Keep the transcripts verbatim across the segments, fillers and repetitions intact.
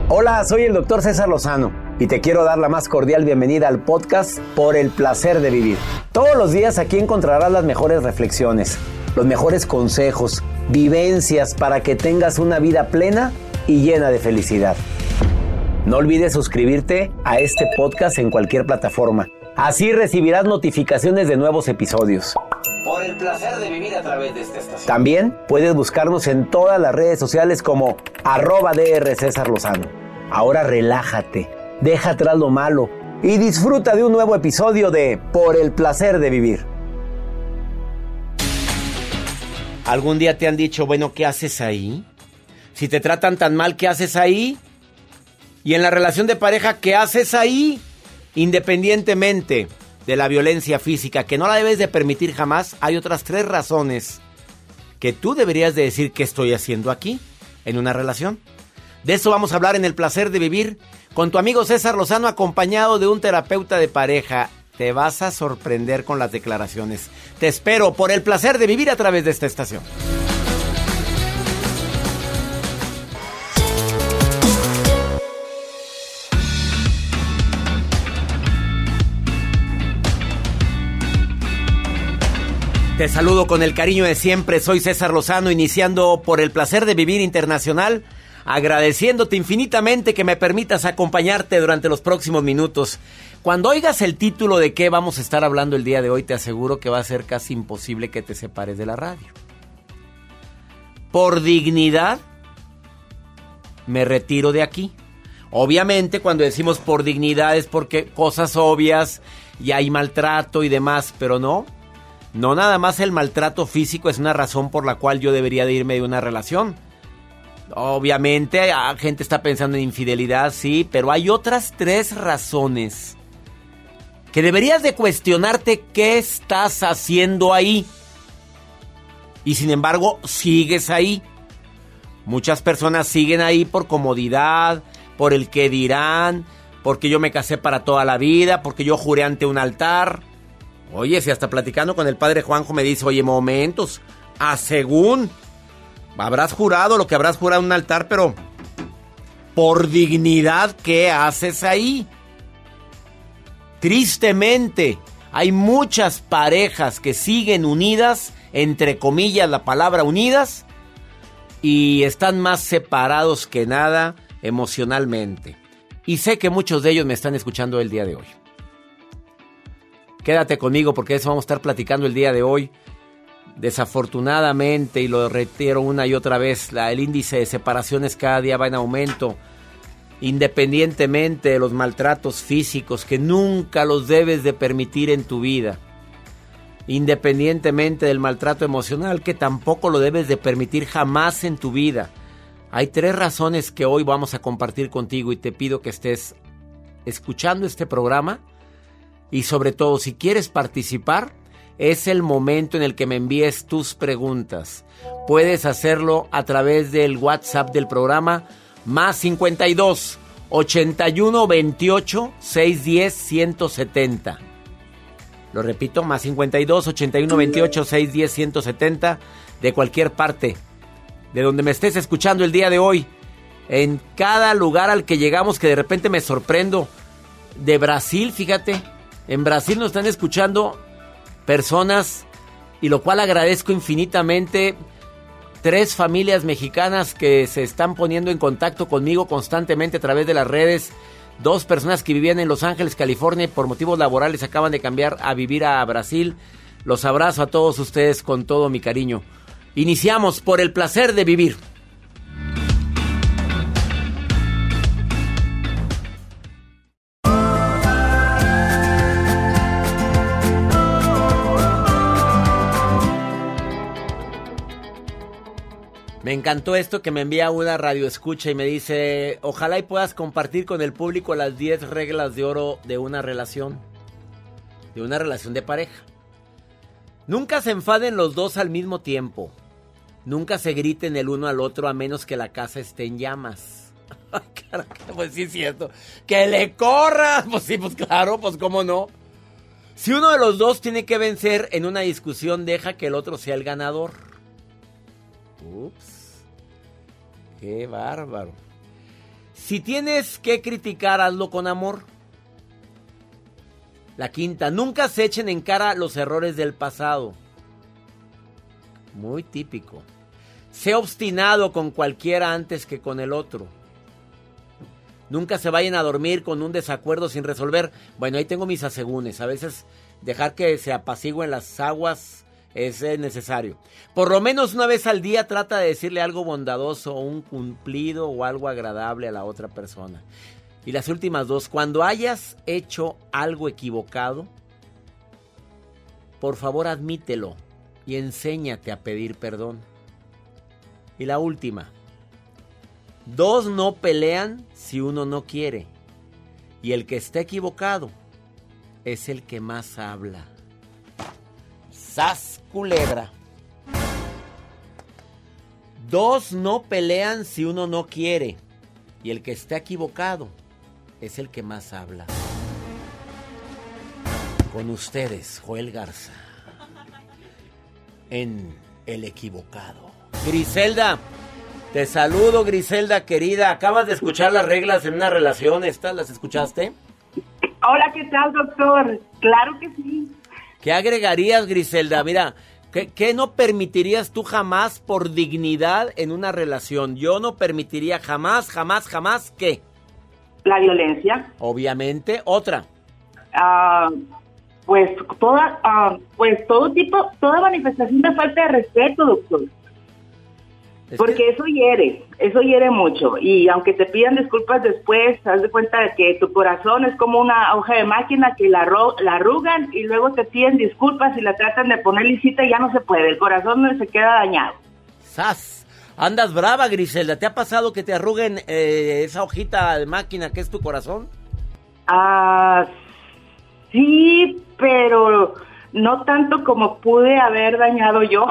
Hola, soy el doctor César Lozano y te quiero dar la más cordial bienvenida al podcast Por el Placer de Vivir. Todos los días aquí encontrarás las mejores reflexiones, los mejores consejos, vivencias para que tengas una vida plena y llena de felicidad. No olvides suscribirte a este podcast en cualquier plataforma. Así recibirás notificaciones de nuevos episodios. Por el placer de vivir a través de esta estación. También puedes buscarnos en todas las redes sociales como arroba DR César Lozano. Ahora relájate, deja atrás lo malo y disfruta de un nuevo episodio de Por el Placer de Vivir. ¿Algún día te han dicho, bueno, ¿qué haces ahí? Si te tratan tan mal, ¿qué haces ahí? Y en la relación de pareja, ¿qué haces ahí? Independientemente de la violencia física, que no la debes de permitir jamás, hay otras tres razones que tú deberías de decir qué estoy haciendo aquí, en una relación. De eso vamos a hablar en El Placer de Vivir, con tu amigo César Lozano, acompañado de un terapeuta de pareja. Te vas a sorprender con las declaraciones. Te espero por El Placer de Vivir a través de esta estación. Te saludo con el cariño de siempre, soy César Lozano, iniciando por El Placer de Vivir Internacional, agradeciéndote infinitamente que me permitas acompañarte durante los próximos minutos. Cuando oigas el título de qué vamos a estar hablando el día de hoy, te aseguro que va a ser casi imposible que te separes de la radio. Por dignidad, me retiro de aquí. Obviamente, cuando decimos por dignidad es porque cosas obvias y hay maltrato y demás, pero no. No nada más el maltrato físico es una razón por la cual yo debería de irme de una relación. Obviamente, la gente está pensando en infidelidad, sí, pero hay otras tres razones que deberías de cuestionarte qué estás haciendo ahí. Y sin embargo, sigues ahí. Muchas personas siguen ahí por comodidad, por el que dirán, porque yo me casé para toda la vida, porque yo juré ante un altar. Oye, si hasta platicando con el padre Juanjo me dice, oye, momentos, a según, habrás jurado lo que habrás jurado en un altar, pero por dignidad, ¿qué haces ahí? Tristemente, hay muchas parejas que siguen unidas, entre comillas la palabra unidas, y están más separados que nada emocionalmente. Y sé que muchos de ellos me están escuchando el día de hoy. Quédate conmigo porque de eso vamos a estar platicando el día de hoy. Desafortunadamente, y lo reitero una y otra vez, la, el índice de separaciones cada día va en aumento. Independientemente de los maltratos físicos que nunca los debes de permitir en tu vida. Independientemente del maltrato emocional que tampoco lo debes de permitir jamás en tu vida. Hay tres razones que hoy vamos a compartir contigo y te pido que estés escuchando este programa. Y sobre todo, si quieres participar, es el momento en el que me envíes tus preguntas. Puedes hacerlo a través del WhatsApp del programa, más cincuenta y dos, ochenta y uno, veintiocho, seiscientos diez, ciento setenta. Lo repito, más cincuenta y dos, ochenta y uno, veintiocho, seiscientos diez, ciento setenta, de cualquier parte, de donde me estés escuchando el día de hoy. En cada lugar al que llegamos, que de repente me sorprendo, de Brasil, fíjate. En Brasil nos están escuchando personas, y lo cual agradezco infinitamente. Tres familias mexicanas que se están poniendo en contacto conmigo constantemente a través de las redes. Dos personas que vivían en Los Ángeles, California, y por motivos laborales acaban de cambiar a vivir a Brasil. Los abrazo a todos ustedes con todo mi cariño. Iniciamos por el placer de vivir. Me encantó esto que me envía una radioescucha y me dice, ojalá y puedas compartir con el público las diez reglas de oro de una relación, de una relación de pareja. Nunca se enfaden los dos al mismo tiempo. Nunca se griten el uno al otro a menos que la casa esté en llamas. Ay, carajo, pues sí es cierto. ¡Que le corras! Pues sí, pues claro, pues cómo no. Si uno de los dos tiene que vencer en una discusión, deja que el otro sea el ganador. Ups. ¡Qué bárbaro! Si tienes que criticar, hazlo con amor. La quinta, nunca se echen en cara los errores del pasado. Muy típico. Sé obstinado con cualquiera antes que con el otro. Nunca se vayan a dormir con un desacuerdo sin resolver. Bueno, ahí tengo mis asegúnes. A veces dejar que se apacigüen las aguas es necesario. Por lo menos una vez al día trata de decirle algo bondadoso, o un cumplido o algo agradable a la otra persona. Y las últimas dos, cuando hayas hecho algo equivocado, por favor admítelo y enséñate a pedir perdón. Y la última, dos no pelean si uno no quiere, y el que está equivocado es el que más habla. ¡Sas, culebra! Dos no pelean si uno no quiere, y el que está equivocado es el que más habla. Con ustedes, Joel Garza, en El Equivocado. Griselda, te saludo, Griselda querida. Acabas de escuchar las reglas en una relación. ¿Estas las escuchaste? Hola, ¿qué tal, doctor? Claro que sí. ¿Qué agregarías, Griselda? Mira, ¿qué, qué no permitirías tú jamás por dignidad en una relación? Yo no permitiría jamás, jamás, jamás, ¿qué? La violencia. Obviamente. Otra. Ah, pues toda, ah, pues todo tipo, toda manifestación de falta de respeto, doctor. Es Porque que... eso hiere, eso hiere mucho. Y aunque te pidan disculpas después, haz de cuenta de que tu corazón es como una hoja de máquina que la, ro- la arrugan y luego te piden disculpas y la tratan de poner lisita y ya no se puede. El corazón no se queda dañado. ¡Sas! Andas brava, Griselda. ¿Te ha pasado que te arruguen eh, esa hojita de máquina que es tu corazón? Ah, sí, pero no tanto como pude haber dañado yo.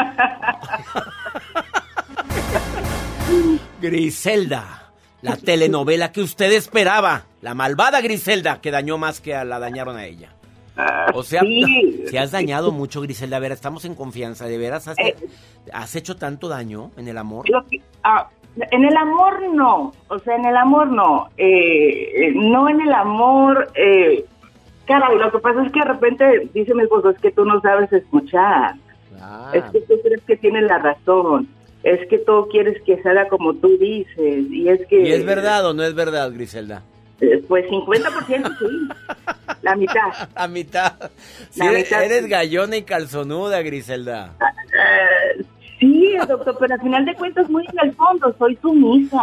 Griselda, la telenovela que usted esperaba. La malvada Griselda que dañó más que a la dañaron a ella. O sea, sí. ¿se has dañado mucho, Griselda? A ver, estamos en confianza. ¿De veras has, eh, has hecho tanto daño en el amor? Lo que, ah, en el amor no. O sea, en el amor no. Eh, no en el amor... Eh, caray, lo que pasa es que de repente dice mi esposo, es que tú no sabes escuchar. Ah. Es que tú crees que tienes la razón. Es que todo quieres que salga como tú dices. Y es que... ¿Y es verdad o no es verdad, Griselda? Eh, pues cincuenta por ciento sí. La mitad. La mitad. Sí, La eres, mitad. Eres gallona y calzonuda, Griselda. Uh, sí, doctor, pero al final de cuentas muy en el fondo soy sumisa.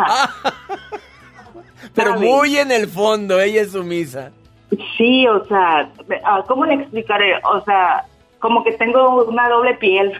Pero ¿sabes? Muy en el fondo, ella es sumisa. Sí, o sea, ¿cómo le explicaré? O sea, como que tengo una doble piel.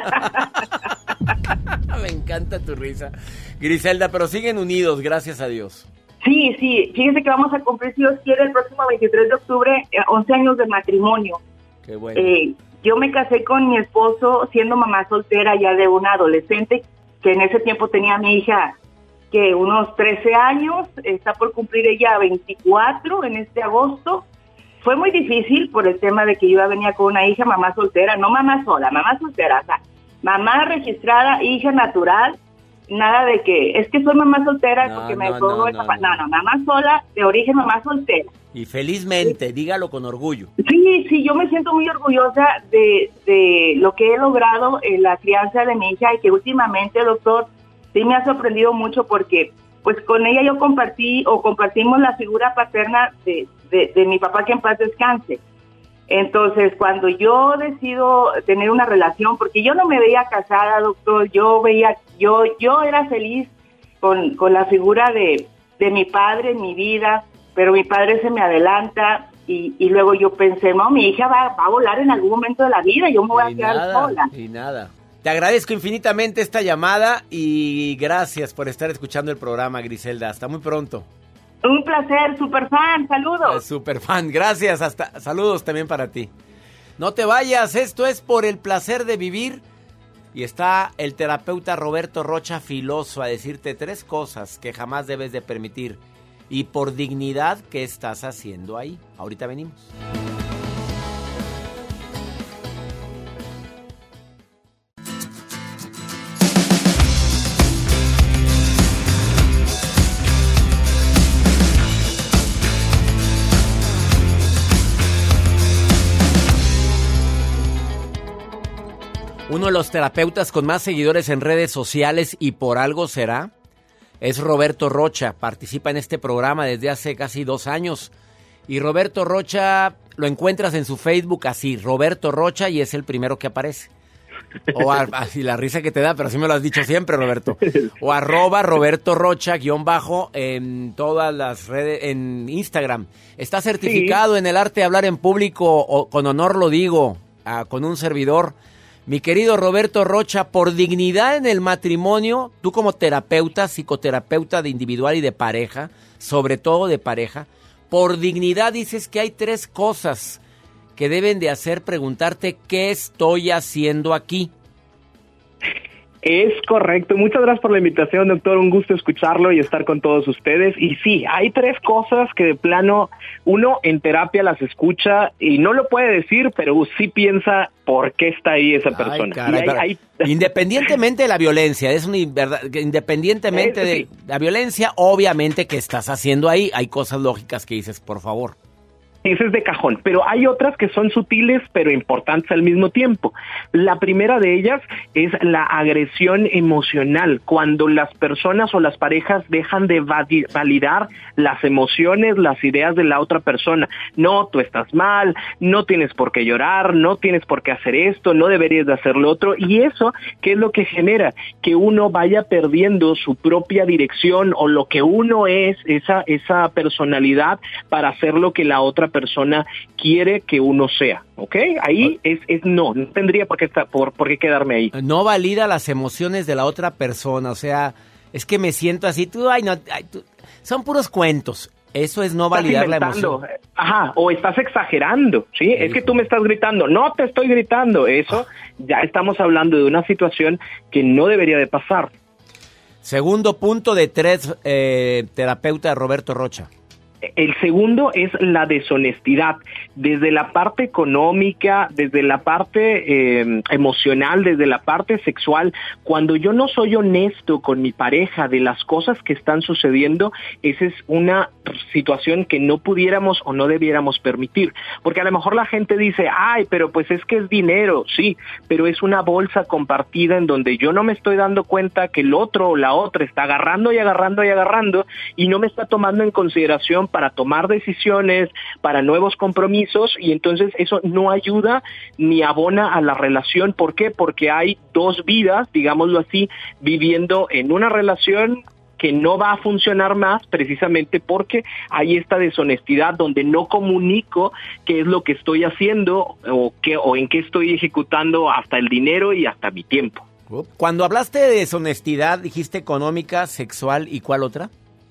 Me encanta tu risa, Griselda, pero siguen unidos, gracias a Dios. Sí, sí, fíjense que vamos a cumplir, si Dios quiere, el próximo veintitrés de octubre, eh, once años de matrimonio. Qué bueno. Eh, yo me casé con mi esposo siendo mamá soltera ya de una adolescente, que en ese tiempo tenía a mi hija, que unos trece años, está por cumplir ella veinticuatro en este agosto. Fue muy difícil por el tema de que yo venía con una hija mamá soltera, no mamá sola, mamá soltera, o sea, mamá registrada, hija natural. Nada de que, es que soy mamá soltera no, porque me no, pongo no, esa... no, no, no, mamá sola, de origen mamá soltera. Y felizmente, sí. Dígalo con orgullo. Sí, sí, yo me siento muy orgullosa de, de lo que he logrado en la crianza de mi hija y que últimamente, doctor, sí me ha sorprendido mucho porque pues con ella yo compartí o compartimos la figura paterna de, de, de mi papá, que en paz descanse. Entonces, cuando yo decido tener una relación, porque yo no me veía casada, doctor, yo veía, yo, yo era feliz con, con la figura de, de mi padre en mi vida, pero mi padre se me adelanta y, y luego yo pensé, no, mi hija va, va a volar en algún momento de la vida, yo me voy y a quedar nada, sola. Y nada. Te agradezco infinitamente esta llamada y gracias por estar escuchando el programa, Griselda. Hasta muy pronto. Un placer, super fan, saludos. Eh, super fan, gracias, hasta saludos también para ti. No te vayas, esto es Por el Placer de Vivir y está el terapeuta Roberto Rocha Filoso a decirte tres cosas que jamás debes de permitir y por dignidad, ¿qué estás haciendo ahí? Ahorita venimos. Uno de los terapeutas con más seguidores en redes sociales, y por algo será, es Roberto Rocha. Participa en este programa desde hace casi dos años. Y Roberto Rocha lo encuentras en su Facebook así, Roberto Rocha, y es el primero que aparece. O a, así la risa que te da, pero así me lo has dicho siempre, Roberto. O arroba Roberto Rocha, guión bajo, en todas las redes, en Instagram. Está certificado sí. en el arte de hablar en público, o, con honor lo digo, a, con un servidor. Mi querido Roberto Rocha, por dignidad en el matrimonio, tú como terapeuta, psicoterapeuta de individual y de pareja, sobre todo de pareja, por dignidad dices que hay tres cosas que deben de hacer preguntarte ¿qué estoy haciendo aquí? Es correcto. Muchas gracias por la invitación, doctor. Un gusto escucharlo y estar con todos ustedes. Y sí, hay tres cosas que de plano uno en terapia las escucha y no lo puede decir, pero sí piensa por qué está ahí esa persona. Ay, caray, y hay, hay... Independientemente de la violencia, es una verdad, independientemente es, sí. de la violencia, obviamente que estás haciendo ahí, hay cosas lógicas que dices, por favor. Ese es de cajón, pero hay otras que son sutiles pero importantes al mismo tiempo. La primera de ellas es la agresión emocional, cuando las personas o las parejas dejan de validar las emociones, las ideas de la otra persona. No, tú estás mal, no tienes por qué llorar, no tienes por qué hacer esto, no deberías de hacer lo otro, y eso, ¿qué es lo que genera? Que uno vaya perdiendo su propia dirección o lo que uno es, esa, esa personalidad para hacer lo que la otra persona quiere que uno sea, ¿ok? Ahí es, es no, no tendría por qué, estar, por, por qué quedarme ahí. No valida las emociones de la otra persona, o sea, es que me siento así, tú, ay, no, ay, tú, son puros cuentos. Eso es no validar la emoción. Ajá, o estás exagerando, ¿sí? sí. Es que tú me estás gritando, no te estoy gritando. Eso ya estamos hablando de una situación que no debería de pasar. Segundo punto de tres, eh, terapeuta Roberto Rocha. El segundo es la deshonestidad, desde la parte económica, desde la parte eh, emocional, desde la parte sexual. Cuando yo no soy honesto con mi pareja de las cosas que están sucediendo, esa es una situación que no pudiéramos o no debiéramos permitir. Porque a lo mejor la gente dice, ay, pero pues es que es dinero, sí, pero es una bolsa compartida en donde yo no me estoy dando cuenta que el otro o la otra está agarrando y agarrando y agarrando y no me está tomando en consideración para tomar decisiones, para nuevos compromisos, y entonces eso no ayuda ni abona a la relación. ¿Por qué? Porque hay dos vidas, digámoslo así, viviendo en una relación que no va a funcionar más precisamente porque hay esta deshonestidad donde no comunico qué es lo que estoy haciendo o, qué, o en qué estoy ejecutando hasta el dinero y hasta mi tiempo. Cuando hablaste de deshonestidad, dijiste económica, sexual, ¿y cuál otra?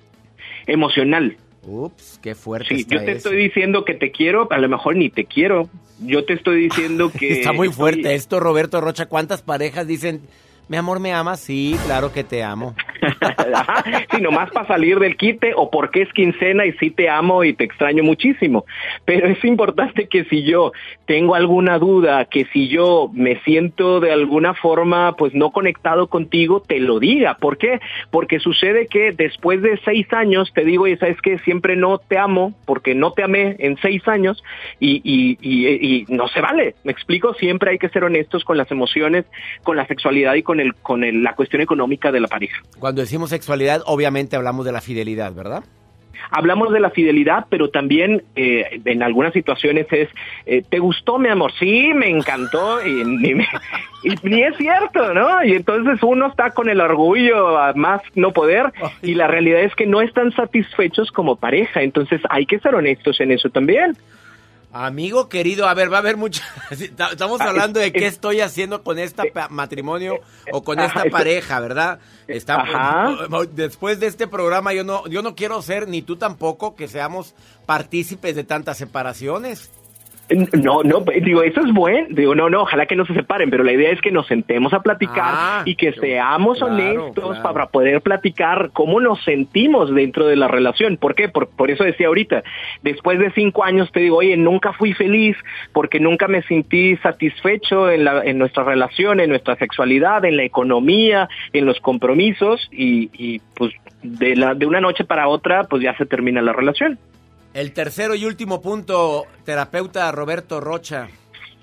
Emocional. Ups, qué fuerte sí, está yo te eso. Estoy diciendo que te quiero, a lo mejor ni te quiero. Yo te estoy diciendo que... Está muy fuerte estoy... esto, Roberto Rocha. ¿Cuántas parejas dicen, mi amor, me amas? Sí, claro que te amo. Ajá, sí, nomás para salir del quite o porque es quincena y sí te amo y te extraño muchísimo. Pero es importante que si yo tengo alguna duda, que si yo me siento de alguna forma pues no conectado contigo, te lo diga. ¿Por qué? Porque sucede que después de seis años te digo, y sabes que siempre no te amo porque no te amé en seis años y, y, y, y no se vale. Me explico, siempre hay que ser honestos con las emociones, con la sexualidad y con el con el, la cuestión económica de la pareja. Cuando decimos sexualidad, obviamente hablamos de la fidelidad, ¿verdad? Hablamos de la fidelidad, pero también eh, en algunas situaciones es, eh, ¿te gustó, mi amor? Sí, me encantó, y ni, me, y ni es cierto, ¿no? Y entonces uno está con el orgullo a más no poder, y la realidad es que no están satisfechos como pareja, entonces hay que ser honestos en eso también. Amigo querido, a ver, va a haber mucho... Estamos hablando de qué estoy haciendo con este matrimonio o con esta pareja, ¿verdad? Está, después de este programa yo no, yo no quiero ser, ni tú tampoco, que seamos partícipes de tantas separaciones. No, no, digo, eso es bueno, digo, no, no, ojalá que no se separen, pero la idea es que nos sentemos a platicar ah, y que seamos claro, honestos claro. para poder platicar cómo nos sentimos dentro de la relación. ¿Por qué? Por, por eso decía ahorita, después de cinco años te digo, oye, nunca fui feliz porque nunca me sentí satisfecho en, la, en nuestra relación, en nuestra sexualidad, en la economía, en los compromisos y, y pues de, la, de una noche para otra pues ya se termina la relación. El tercero y último punto, terapeuta Roberto Rocha.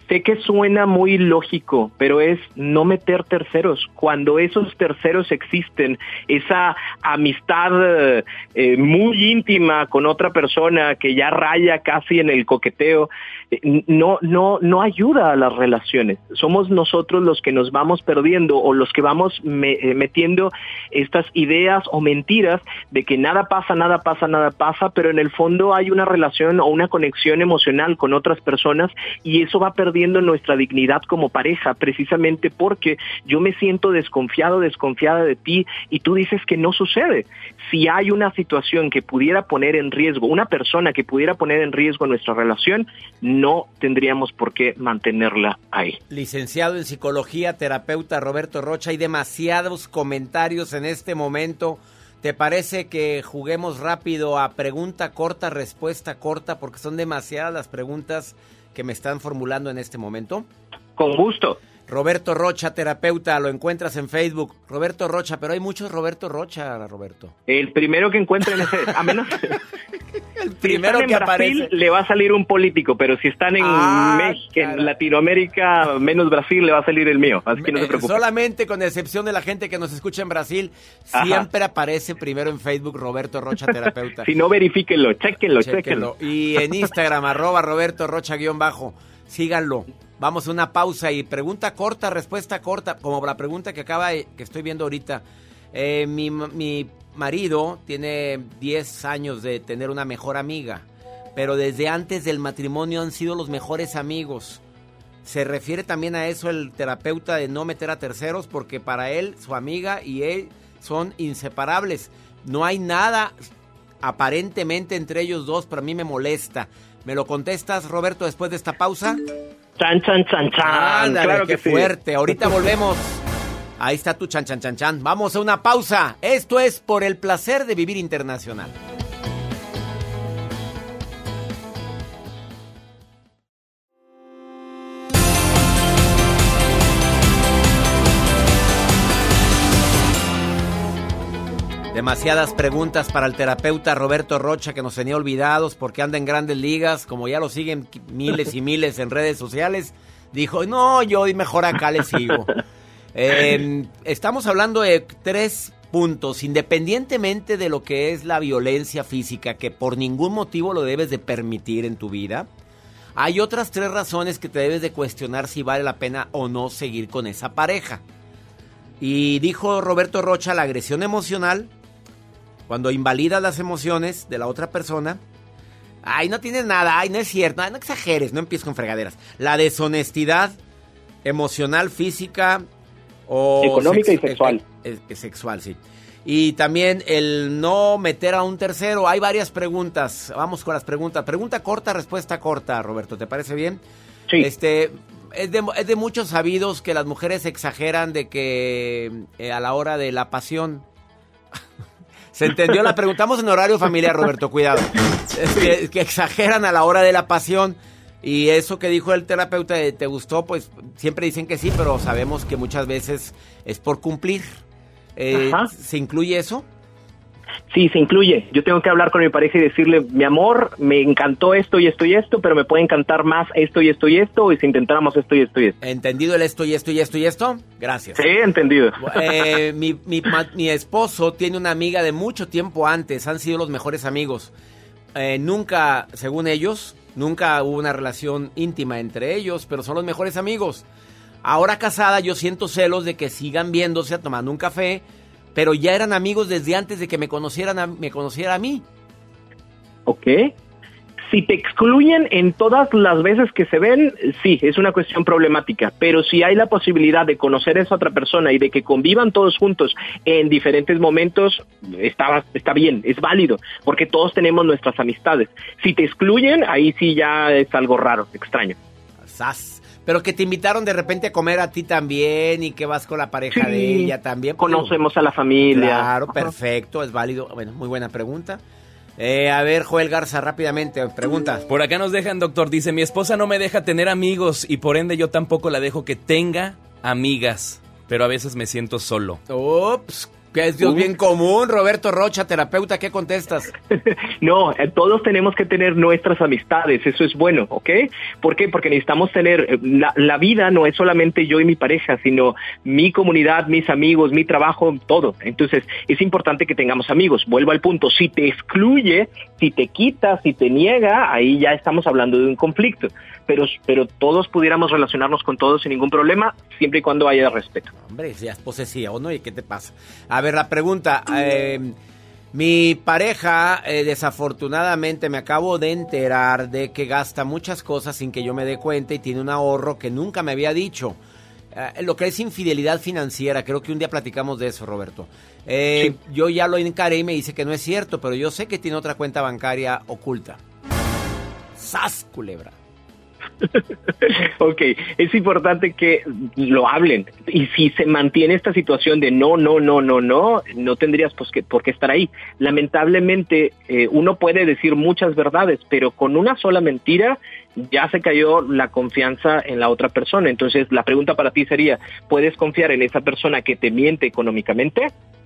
Sé que suena muy lógico, pero es no meter terceros. Cuando esos terceros existen, esa amistad eh, muy íntima con otra persona que ya raya casi en el coqueteo, eh, no, no, no ayuda a las relaciones. Somos nosotros los que nos vamos perdiendo o los que vamos me, eh, metiendo estas ideas o mentiras de que nada pasa, nada pasa, nada pasa, pero en el fondo hay una relación o una conexión emocional con otras personas y eso va perdiendo nuestra dignidad como pareja, precisamente porque yo me siento desconfiado, desconfiada de ti y tú dices que no sucede. Si hay una situación que pudiera poner en riesgo, una persona que pudiera poner en riesgo nuestra relación, no tendríamos por qué mantenerla ahí. Licenciado en Psicología, terapeuta Roberto Rocha, hay demasiados comentarios en este momento. ¿Te parece que juguemos rápido a pregunta corta, respuesta corta? Porque son demasiadas las preguntas que me están formulando en este momento. Con gusto. Roberto Rocha, terapeuta, lo encuentras en Facebook. Roberto Rocha, pero hay muchos Roberto Rocha, Roberto. El primero que encuentren ese, a menos... El primero si están que en Brasil, aparece. Le va a salir un político, pero si están en ah, México, en Latinoamérica, menos Brasil, le va a salir el mío, así que no se preocupen. Solamente con excepción de la gente que nos escucha en Brasil, Ajá. siempre aparece primero en Facebook Roberto Rocha, terapeuta. Si no, verifíquenlo, chéquenlo, chéquenlo. Y en Instagram, arroba Roberto Rocha guión bajo, síganlo. Vamos a una pausa y pregunta corta, respuesta corta, como la pregunta que acaba, de, que estoy viendo ahorita. Eh, mi, mi marido tiene diez años de tener una mejor amiga, pero desde antes del matrimonio han sido los mejores amigos. ¿Se refiere también a eso el terapeuta de no meter a terceros? Porque para él, su amiga y él son inseparables. No hay nada aparentemente entre ellos dos, pero a mí me molesta. ¿Me lo contestas, Roberto, después de esta pausa? Chan, chan, chan, chan. Ándale, claro qué que fuerte. Sí. Ahorita volvemos. Ahí está tu chan, chan, chan, chan. Vamos a una pausa. Esto es Por el Placer de Vivir Internacional. Demasiadas preguntas para el terapeuta Roberto Rocha, que nos tenía olvidados porque anda en grandes ligas, como ya lo siguen miles y miles en redes sociales. Dijo, no, yo mejor acá le sigo. Eh, estamos hablando de tres puntos, independientemente de lo que es la violencia física, que por ningún motivo lo debes de permitir en tu vida. Hay otras tres razones que te debes de cuestionar si vale la pena o no seguir con esa pareja. Y dijo Roberto Rocha, la agresión emocional, cuando invalidas las emociones de la otra persona. Ay, no tienes nada, ay, no es cierto, ay, no exageres, no empieces con fregaderas. La deshonestidad emocional, física o... Económica sex- y sexual. Eh, eh, sexual, sí. Y también el no meter a un tercero. Hay varias preguntas, vamos con las preguntas. Pregunta corta, respuesta corta, Roberto, ¿te parece bien? Sí. Este... Es de, es de muchos sabidos que las mujeres exageran de que eh, a la hora de la pasión... ¿Se entendió? La preguntamos en horario familiar, Roberto, cuidado. Es que, que exageran a la hora de la pasión. Y eso que dijo el terapeuta, ¿te gustó? Pues siempre dicen que sí, pero sabemos que muchas veces es por cumplir. Eh, ¿Se incluye eso? Sí, se incluye. Yo tengo que hablar con mi pareja y decirle, mi amor, me encantó esto y esto y esto, pero me puede encantar más esto y esto y esto, y si intentáramos esto y esto y esto. ¿Entendido el esto y esto y esto y esto? Gracias. Sí, entendido. Eh, mi, mi, mi esposo tiene una amiga de mucho tiempo antes, han sido los mejores amigos. Eh, nunca, según ellos, nunca hubo una relación íntima entre ellos, pero son los mejores amigos. Ahora casada, yo siento celos de que sigan viéndose, tomando un café, pero ya eran amigos desde antes de que me conocieran a, me conociera a mí. Ok. Si te excluyen en todas las veces que se ven, sí, es una cuestión problemática. Pero si hay la posibilidad de conocer a esa otra persona y de que convivan todos juntos en diferentes momentos, está, está bien, es válido, porque todos tenemos nuestras amistades. Si te excluyen, ahí sí ya es algo raro, extraño. ¡Sas! Pero que te invitaron de repente a comer a ti también y que vas con la pareja sí, de ella también. Conocemos a la familia. Claro, perfecto, es válido. Bueno, muy buena pregunta. Eh, a ver, Joel Garza, rápidamente, pregunta. Por acá nos dejan, doctor, dice, mi esposa no me deja tener amigos y por ende yo tampoco la dejo que tenga amigas, pero a veces me siento solo. Ups, Que es Dios Uh. bien común, Roberto Rocha, terapeuta, ¿qué contestas? No, eh, todos tenemos que tener nuestras amistades, eso es bueno, ¿ok? ¿Por qué? Porque necesitamos tener, eh, la, la vida no es solamente yo y mi pareja, sino mi comunidad, mis amigos, mi trabajo, todo. Entonces, es importante que tengamos amigos. Vuelvo al punto, si te excluye, si te quita, si te niega, ahí ya estamos hablando de un conflicto. Pero, pero todos pudiéramos relacionarnos con todos sin ningún problema, siempre y cuando haya respeto. Hombre, si es posesivo, ¿no? ¿Y qué te pasa? A ver, la pregunta, eh, mi pareja eh, desafortunadamente me acabo de enterar de que gasta muchas cosas sin que yo me dé cuenta y tiene un ahorro que nunca me había dicho. Eh, lo que es infidelidad financiera, creo que un día platicamos de eso, Roberto. Eh, sí. Yo ya lo encaré y me dice que no es cierto, pero yo sé que tiene otra cuenta bancaria oculta. ¡Sas, culebra! Ok, es importante que lo hablen, y si se mantiene esta situación de no, no, no, no, no, no tendrías pues que, por qué estar ahí. Lamentablemente eh, uno puede decir muchas verdades, pero con una sola mentira ya se cayó la confianza en la otra persona. Entonces la pregunta para ti sería, ¿puedes confiar en esa persona que te miente económicamente?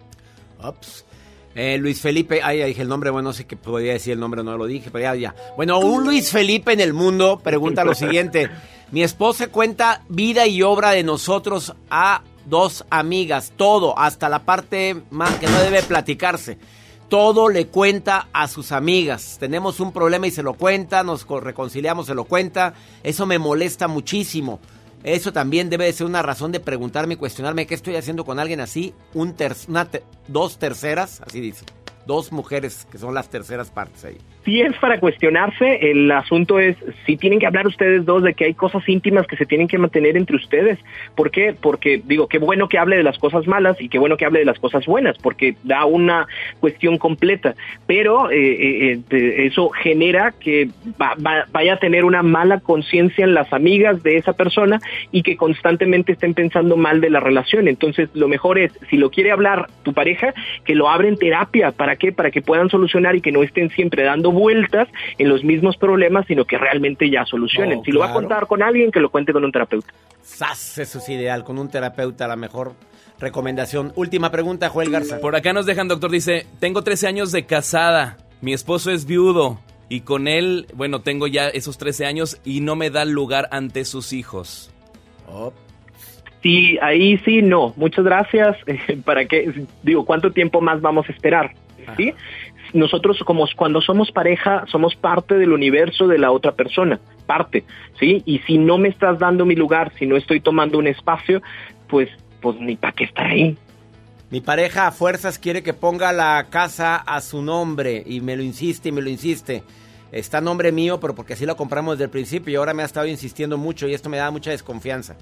Ups. Eh, Luis Felipe, ay, ya dije el nombre, bueno, no sé qué podía decir el nombre, no lo dije, pero ya, ya. Bueno, un Luis Felipe en el mundo pregunta lo siguiente. Mi esposa cuenta vida y obra de nosotros a dos amigas, todo, hasta la parte más que no debe platicarse. Todo le cuenta a sus amigas. Tenemos un problema y se lo cuenta, nos reconciliamos, se lo cuenta. Eso me molesta muchísimo. Eso también debe de ser una razón de preguntarme y cuestionarme qué estoy haciendo con alguien así. Un ter- una te- dos terceras, así dice. Dos mujeres que son las terceras partes ahí. Sí es para cuestionarse, el asunto es si tienen que hablar ustedes dos de que hay cosas íntimas que se tienen que mantener entre ustedes. ¿Por qué? Porque digo, qué bueno que hable de las cosas malas y qué bueno que hable de las cosas buenas, porque da una cuestión completa, pero eh, eh, eso genera que va, va, vaya a tener una mala conciencia en las amigas de esa persona y que constantemente estén pensando mal de la relación. Entonces lo mejor es, si lo quiere hablar tu pareja, que lo abra en terapia. ¿Para qué? Para que puedan solucionar y que no estén siempre dando vueltas en los mismos problemas, sino que realmente ya solucionen. No, si claro. lo va a contar con alguien, que lo cuente con un terapeuta. ¡Sas! Eso es ideal, con un terapeuta, la mejor recomendación. Última pregunta, Joel Garza. Por acá nos dejan, doctor, dice, tengo trece años de casada, mi esposo es viudo y con él, bueno, tengo ya esos trece años y no me da lugar ante sus hijos. Oh. Sí, ahí sí, no. Muchas gracias. ¿Para qué? Digo, ¿cuánto tiempo más vamos a esperar? ¿Sí? Nosotros, como cuando somos pareja, somos parte del universo de la otra persona, parte, ¿sí? Y si no me estás dando mi lugar, si no estoy tomando un espacio, pues, pues ni para qué estar ahí. Mi pareja a fuerzas quiere que ponga la casa a su nombre y me lo insiste y me lo insiste. Está a nombre mío, pero porque así lo compramos desde el principio y ahora me ha estado insistiendo mucho y esto me da mucha desconfianza.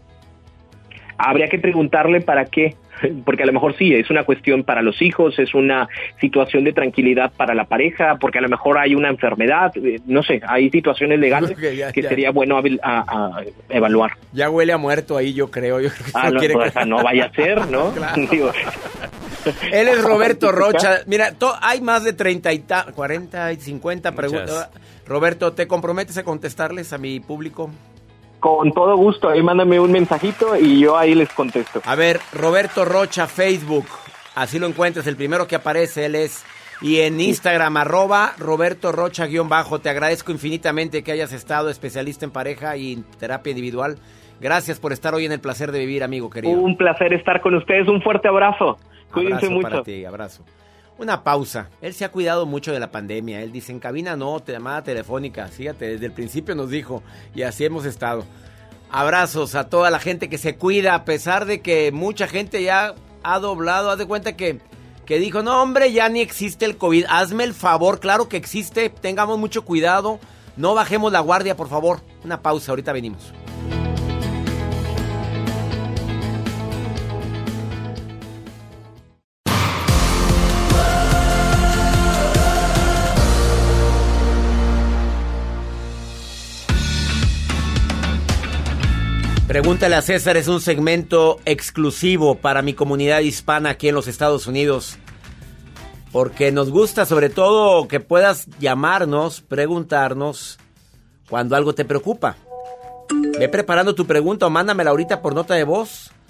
Habría que preguntarle para qué, porque a lo mejor sí, es una cuestión para los hijos, es una situación de tranquilidad para la pareja, porque a lo mejor hay una enfermedad, no sé, hay situaciones legales okay, ya, que ya. sería bueno a, a, a evaluar. Ya huele a muerto ahí, yo creo. Yo creo que ah, no, quiere pues, que... no vaya a ser, ¿no? Claro. Digo... Él es Roberto Rocha. Mira, to, hay más de treinta y ta, cuarenta y cincuenta preguntas. Roberto, ¿te comprometes a contestarles a mi público? Con todo gusto, ahí mándame un mensajito y yo ahí les contesto. A ver, Roberto Rocha, Facebook, así lo encuentras, el primero que aparece, él es. Y en Instagram, sí. arroba Roberto Rocha guión bajo. Te agradezco infinitamente que hayas estado especialista en pareja y en terapia individual. Gracias por estar hoy en El Placer de Vivir, amigo querido. Un placer estar con ustedes, un fuerte abrazo. Cuídense abrazo mucho. Para ti, abrazo. Una pausa. Él se ha cuidado mucho de la pandemia. Él dice, en cabina no, te llamada telefónica. Fíjate, desde el principio nos dijo y así hemos estado. Abrazos a toda la gente que se cuida, a pesar de que mucha gente ya ha doblado. Haz de cuenta que, que dijo, no hombre, ya ni existe el COVID. Hazme el favor, claro que existe. Tengamos mucho cuidado. No bajemos la guardia, por favor. Una pausa, ahorita venimos. Pregúntale a César es un segmento exclusivo para mi comunidad hispana aquí en los Estados Unidos. Porque nos gusta sobre todo que puedas llamarnos, preguntarnos cuando algo te preocupa. Ve preparando tu pregunta o mándamela ahorita por nota de voz.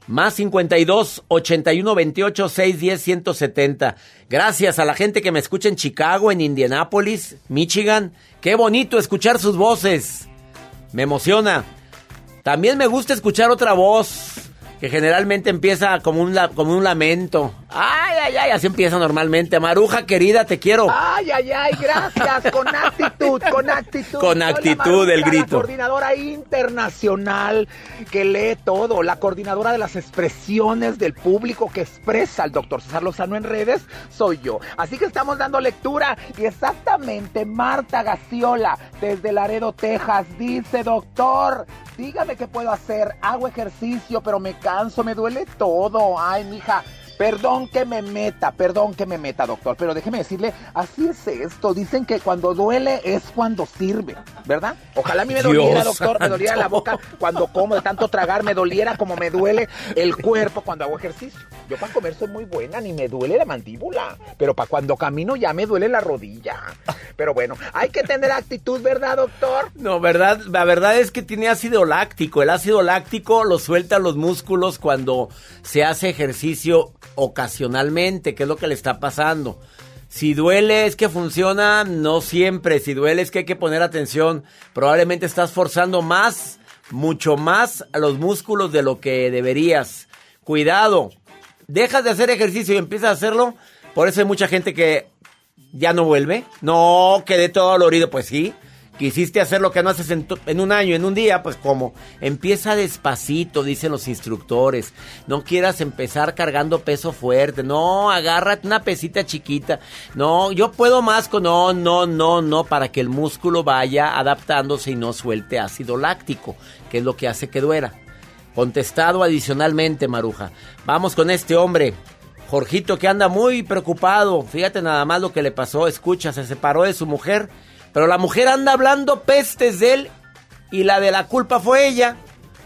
Más cincuenta y dos, ochenta y uno, veintiocho, seiscientos diez, ciento setenta. Gracias a la gente que me escucha en Chicago, en Indianápolis, Michigan. Qué bonito escuchar sus voces. Me emociona. También me gusta escuchar otra voz, que generalmente empieza como un, como un lamento. Ay, ay, ay, así empieza normalmente. Maruja, querida, te quiero. Ay, ay, ay, gracias. Con actitud, con actitud. Con Soy actitud, Maruja, el grito. La coordinadora internacional que lee todo. La coordinadora de las expresiones del público que expresa al doctor César Lozano en redes, soy yo. Así que estamos dando lectura. Y exactamente, Marta Gaciola, desde Laredo, Texas, dice: doctor, dígame qué puedo hacer. Hago ejercicio, pero me canso, me duele todo. Ay, mija, perdón que me meta, perdón que me meta, doctor, pero déjeme decirle, así es esto. Dicen que cuando duele es cuando sirve, ¿verdad? Ojalá a mí me doliera, Dios doctor, me santo. doliera la boca cuando como, de tanto tragar, me doliera como me duele el cuerpo cuando hago ejercicio. Yo para comer soy muy buena, ni me duele la mandíbula, pero para cuando camino ya me duele la rodilla. Pero bueno, hay que tener actitud, ¿verdad, doctor? No, verdad, la verdad es que tiene ácido láctico. El ácido láctico lo sueltan los músculos cuando se hace ejercicio ocasionalmente, que es lo que le está pasando. Si duele es que funciona, no siempre. Si duele es que hay que poner atención. Probablemente estás forzando más, mucho más a los músculos de lo que deberías. Cuidado, dejas de hacer ejercicio y empiezas a hacerlo. Por eso hay mucha gente que ya no vuelve. No, quedé todo dolorido. Pues sí, quisiste hacer lo que no haces en, tu, en un año, en un día. Pues ¿cómo? Empieza despacito, dicen los instructores. No quieras empezar cargando peso fuerte. No, agárrate una pesita chiquita. No, yo puedo más con... No, no, no, no. Para que el músculo vaya adaptándose y no suelte ácido láctico, que es lo que hace que duela. Contestado adicionalmente, Maruja. Vamos con este hombre, Jorgito, que anda muy preocupado. Fíjate nada más lo que le pasó. Escucha, se separó de su mujer, pero la mujer anda hablando pestes de él y la de la culpa fue ella.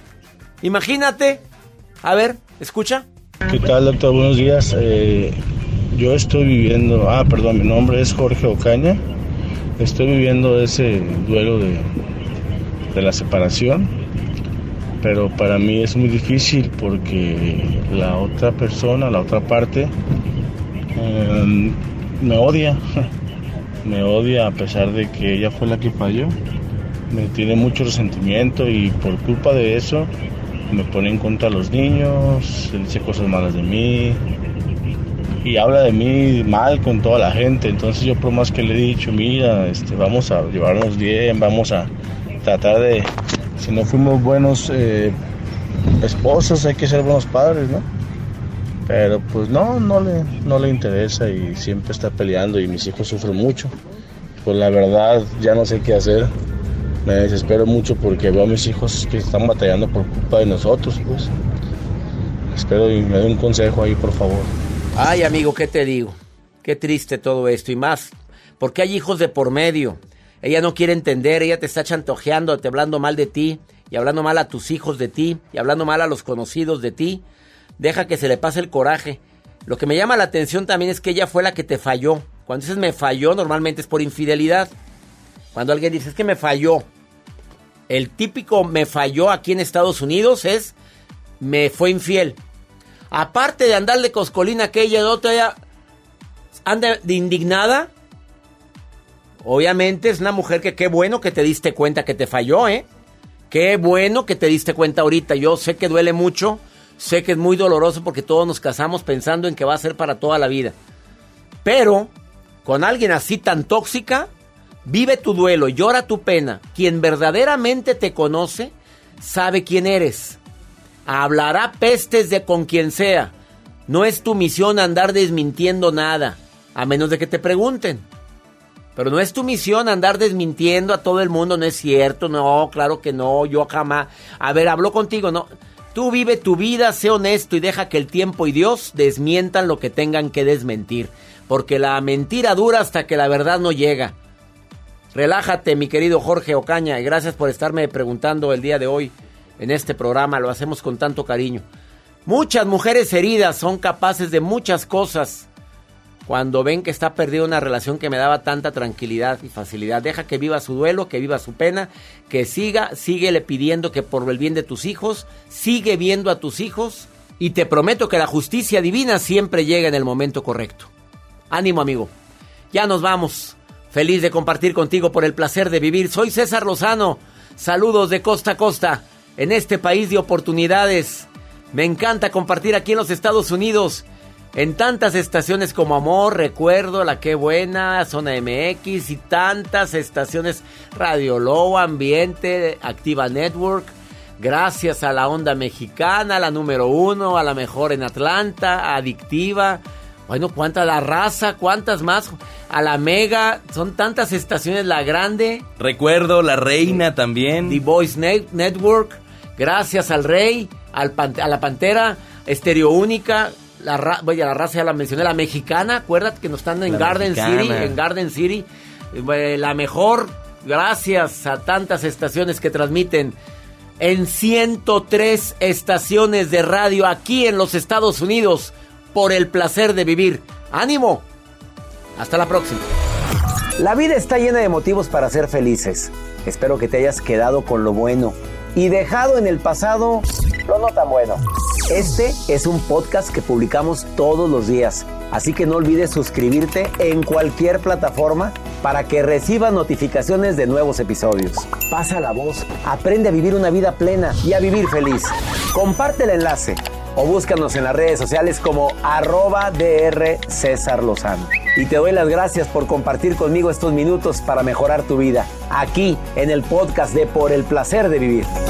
Imagínate. A ver, escucha. ¿Qué tal, doctor? Buenos días. Eh, yo estoy viviendo... Ah, perdón, mi nombre es Jorge Ocaña. Estoy viviendo ese duelo de, de la separación, pero para mí es muy difícil porque la otra persona, la otra parte, eh, me odia. Me odia a pesar de que ella fue la que falló. Me tiene mucho resentimiento y por culpa de eso me pone en contra a los niños, dice cosas malas de mí y habla de mí mal con toda la gente. Entonces yo por más que le he dicho, mira, este, vamos a llevarnos bien, vamos a tratar de... Si no fuimos buenos eh, esposos, hay que ser buenos padres, ¿no? Pero pues no, no le, no le interesa y siempre está peleando y mis hijos sufren mucho. Pues la verdad ya no sé qué hacer. Me desespero mucho porque veo a mis hijos que están batallando por culpa de nosotros, pues. Espero y me dé un consejo ahí, por favor. Ay, amigo, ¿qué te digo? Qué triste todo esto y más, porque hay hijos de por medio. Ella no quiere entender, ella te está chantajeando, te hablando mal de ti, y hablando mal a tus hijos de ti, y hablando mal a los conocidos de ti. Deja que se le pase el coraje. Lo que me llama la atención también es que ella fue la que te falló. Cuando dices me falló, normalmente es por infidelidad. Cuando alguien dice es que me falló, el típico me falló aquí en Estados Unidos es me fue infiel. Aparte de andar de coscolina aquella y otra, ella anda de indignada. Obviamente es una mujer que qué bueno que te diste cuenta que te falló, ¿eh? Qué bueno que te diste cuenta ahorita. Yo sé que duele mucho, sé que es muy doloroso porque todos nos casamos pensando en que va a ser para toda la vida. Pero con alguien así tan tóxica, vive tu duelo, llora tu pena. Quien verdaderamente te conoce, sabe quién eres. Hablará pestes de con quien sea. No es tu misión andar desmintiendo nada, a menos de que te pregunten. Pero no es tu misión andar desmintiendo a todo el mundo, no es cierto, no, claro que no, yo jamás. A ver, habló contigo, no. Tú vive tu vida, sé honesto y deja que el tiempo y Dios desmientan lo que tengan que desmentir. Porque la mentira dura hasta que la verdad no llega. Relájate, mi querido Jorge Ocaña, y gracias por estarme preguntando el día de hoy en este programa, lo hacemos con tanto cariño. Muchas mujeres heridas son capaces de muchas cosas. Cuando ven que está perdida una relación que me daba tanta tranquilidad y facilidad, deja que viva su duelo, que viva su pena, que siga, síguele pidiendo que por el bien de tus hijos, sigue viendo a tus hijos Y te prometo que la justicia divina siempre llega en el momento correcto. Ánimo, amigo. Ya nos vamos. Feliz de compartir contigo por el placer de vivir. Soy César Lozano. Saludos de costa a costa en este país de oportunidades. Me encanta compartir aquí en los Estados Unidos, en tantas estaciones como Amor, Recuerdo, La Qué Buena, Zona M X y tantas estaciones, Radio Lobo, Ambiente, Activa Network. Gracias a la Onda Mexicana, la número uno, a la mejor en Atlanta, Adictiva. Bueno, ¿cuántas? La Raza, ¿cuántas más? A la Mega, son tantas estaciones, La Grande. Recuerdo, La Reina también. The Voice Net- Network. Gracias al Rey, al Pan- a la Pantera, Estéreo Única. La, ra- vaya, la Raza ya la mencioné, la Mexicana. Acuérdate que nos están en La Garden Mexicana. City, en Garden City. Eh, La mejor, gracias a tantas estaciones que transmiten en ciento tres estaciones de radio aquí en los Estados Unidos. Por el placer de vivir. ¡Ánimo! Hasta la próxima. La vida está llena de motivos para ser felices. Espero que te hayas quedado con lo bueno y dejado en el pasado lo no tan bueno. Este es un podcast que publicamos todos los días, así que no olvides suscribirte en cualquier plataforma para que recibas notificaciones de nuevos episodios. Pasa la voz, aprende a vivir una vida plena y a vivir feliz. Comparte el enlace o búscanos en las redes sociales como arroba DR César Lozano. Y te doy las gracias por compartir conmigo estos minutos para mejorar tu vida, aquí en el podcast de Por el Placer de Vivir.